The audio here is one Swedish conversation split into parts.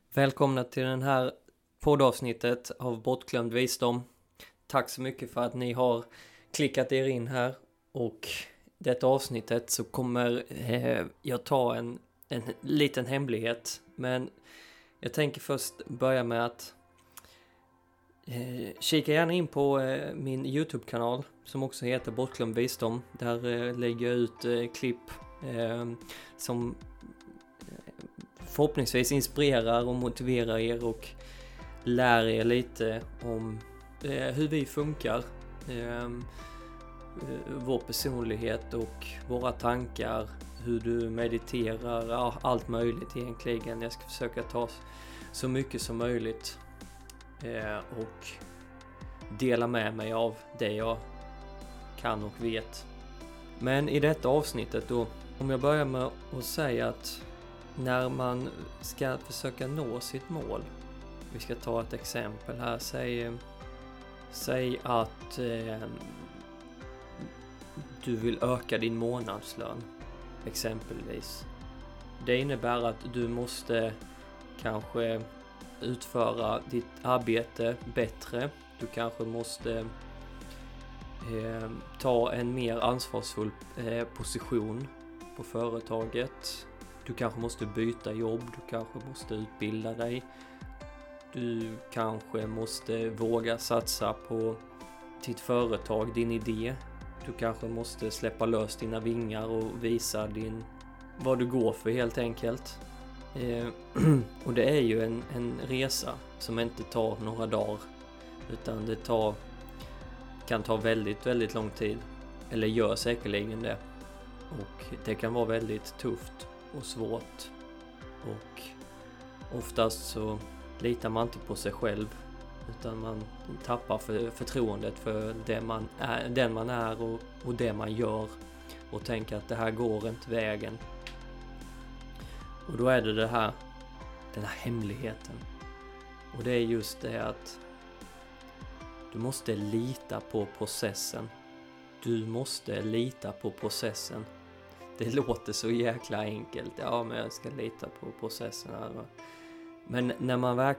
Välkomna till den här poddavsnittet av Bortglömd visdom. Tack så mycket för att ni har klickat er in här. Och detta avsnittet så kommer jag ta en liten hemlighet. Men jag tänker först börja med att kika gärna in på min YouTube-kanal som också heter Bortglömd visdom. Där lägger jag ut klipp som förhoppningsvis inspirerar och motiverar er och lär er lite om hur vi funkar, vår personlighet och våra tankar, hur du mediterar, allt möjligt egentligen. Jag ska försöka ta så mycket som möjligt och dela med mig av det jag kan och vet. Men i detta avsnittet då, om jag börjar med att säga att när man ska försöka nå sitt mål, vi ska ta ett exempel här, säg att du vill öka din månadslön exempelvis. Det innebär att du måste kanske utföra ditt arbete bättre, du kanske måste ta en mer ansvarsfull position på företaget. Du kanske måste byta jobb, du kanske måste utbilda dig. Du kanske måste våga satsa på ditt företag, din idé. Du kanske måste släppa lös dina vingar och visa vad du går för helt enkelt. Och det är ju en resa som inte tar några dagar, utan det kan ta väldigt, väldigt lång tid. Eller gör säkerligen det. Och det kan vara väldigt tufft och svårt, och oftast så litar man inte på sig själv, utan man tappar förtroendet för den man är och det man gör, och tänker att det här går inte vägen. Och då är det den här hemligheten, och det är just det att du måste lita på processen. Du måste lita på processen. Det låter så jäkla enkelt. Ja, men jag ska lita på processen här. Men när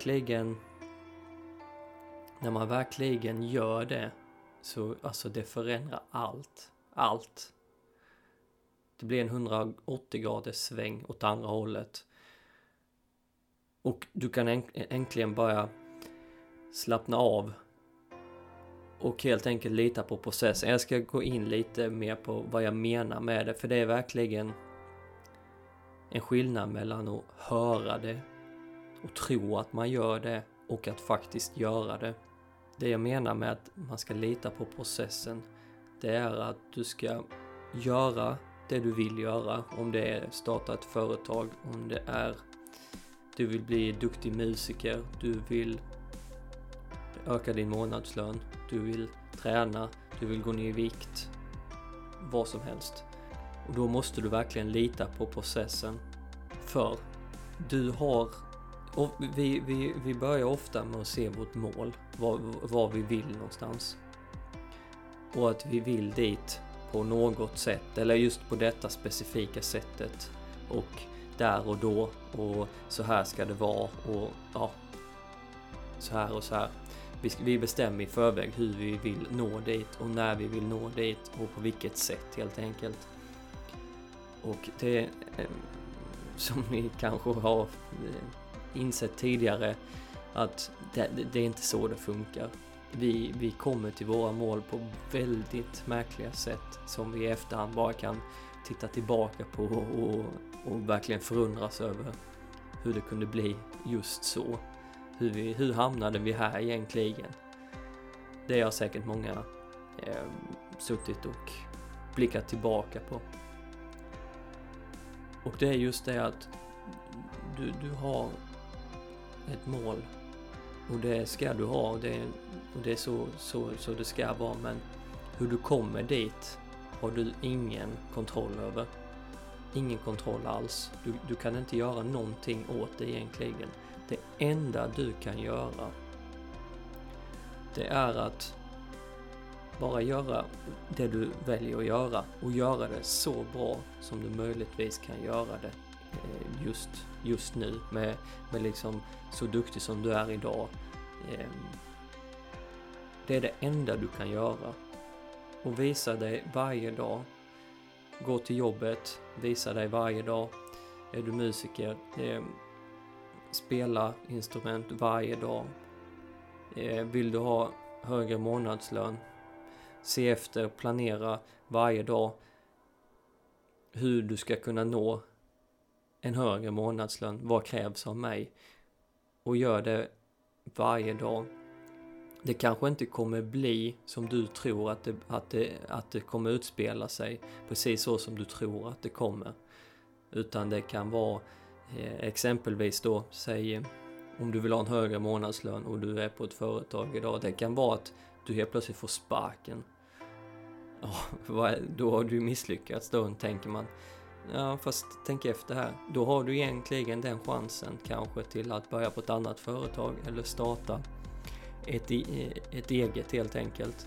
man verkligen gör det, så alltså det förändrar allt. Det blir en 180 graders sväng åt andra hållet. Och du kan äntligen börja slappna av och helt enkelt lita på processen. Jag ska gå in lite mer på vad jag menar med det. För det är verkligen en skillnad mellan att höra det och tro att man gör det och att faktiskt göra det. Det jag menar med att man ska lita på processen, det är att du ska göra det du vill göra. Om det är starta ett företag, om det är du vill bli duktig musiker, du vill öka din månadslön, du vill träna, du vill gå ner i vikt, vad som helst. Och då måste du verkligen lita på processen. För du har, och vi börjar ofta med att se vårt mål, vad vi vill någonstans. Och att vi vill dit på något sätt, eller just på detta specifika sättet, och där och då, och så här ska det vara, och ja, så här och så här. Vi bestämmer i förväg hur vi vill nå dit och när vi vill nå dit och på vilket sätt helt enkelt. Och det som ni kanske har insett tidigare, att det är inte så det funkar. Vi kommer till våra mål på väldigt märkliga sätt som vi i efterhand bara kan titta tillbaka på och verkligen förundras över hur det kunde bli just så. Hur hamnade vi här egentligen? Det har säkert många suttit och blickat tillbaka på. Och det är just det att du har ett mål, och det ska du ha, och det är så det ska vara, men hur du kommer dit har du ingen kontroll över. Ingen kontroll alls. Du kan inte göra någonting åt det egentligen. Det enda du kan göra, det är att bara göra det du väljer att göra, och göra det så bra som du möjligtvis kan göra det just nu med liksom så duktig som du är idag. Det är det enda du kan göra. Och visa dig varje dag. Gå till jobbet, visa dig varje dag. Är du musiker, spela instrument varje dag. Vill du ha högre månadslön, se efter, planera varje dag hur du ska kunna nå en högre månadslön. Vad krävs av mig? Och gör det varje dag. Det kanske inte kommer bli som du tror att det kommer utspela sig precis så som du tror att det kommer. Utan det kan vara exempelvis då, säg om du vill ha en högre månadslön och du är på ett företag idag. Det kan vara att du helt plötsligt får sparken. Då har du misslyckats då, tänker man. Ja, fast tänk efter här. Då har du egentligen den chansen kanske till att börja på ett annat företag eller starta ett eget helt enkelt.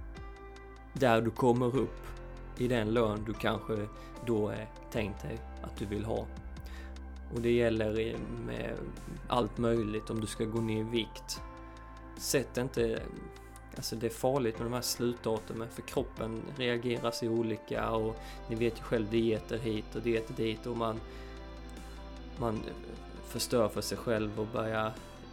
Där du kommer upp i den lön du kanske då är tänkt dig att du vill ha. Och det gäller med allt möjligt. Om du ska gå ner i vikt, sätt inte, alltså det är farligt med de här slutdatumen, för kroppen reagerar sig olika, och ni vet ju själv, dieter hit och dieter dit, och man förstör för sig själv och börjar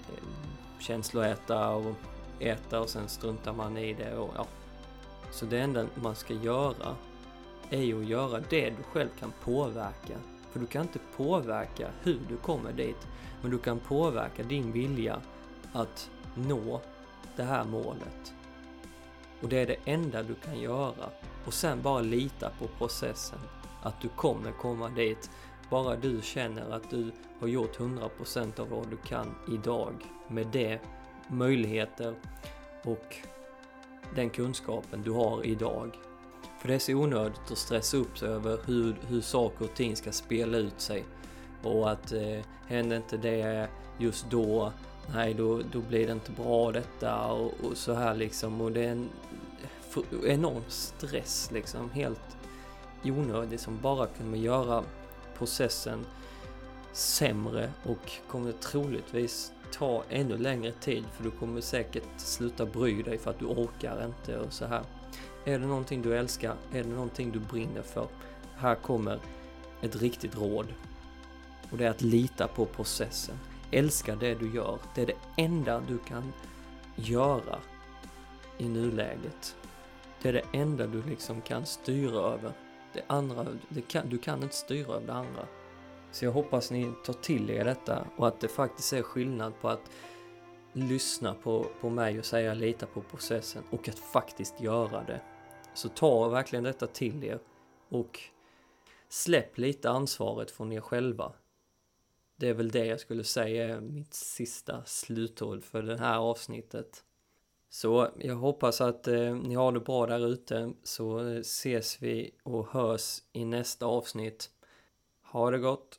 känsloäta och äta, och sen struntar man i det. Och ja. Så det enda man ska göra är ju att göra det du själv kan påverka. För du kan inte påverka hur du kommer dit, men du kan påverka din vilja att nå det här målet. Och det är det enda du kan göra. Och sen bara lita på processen, att du kommer komma dit. Bara du känner att du har gjort 100% av vad du kan idag, med det möjligheter och den kunskapen du har idag. För det är så onödigt att stressa upp sig över hur saker och ting ska spela ut sig. Och att händer inte det just då, nej då blir det inte bra detta och så här liksom. Och det är en enorm stress liksom, helt onödigt, som bara kommer göra processen sämre och kommer troligtvis ta ännu längre tid, för du kommer säkert sluta bry dig för att du orkar inte och så här. Är det någonting du älskar, är det någonting du brinner för, här kommer ett riktigt råd, och det är att lita på processen. Älska det du gör, det är det enda du kan göra i nuläget. Det är det enda du liksom kan styra över. Det andra, du kan inte styra över det andra. Så jag hoppas ni tar till er detta, och att det faktiskt är skillnad på att lyssna på mig och säga lita på processen, och att faktiskt göra det. Så ta verkligen detta till er och släpp lite ansvaret från er själva. Det är väl det jag skulle säga är mitt sista slutord för det här avsnittet. Så jag hoppas att ni har det bra där ute, så ses vi och hörs i nästa avsnitt. Ha det gott!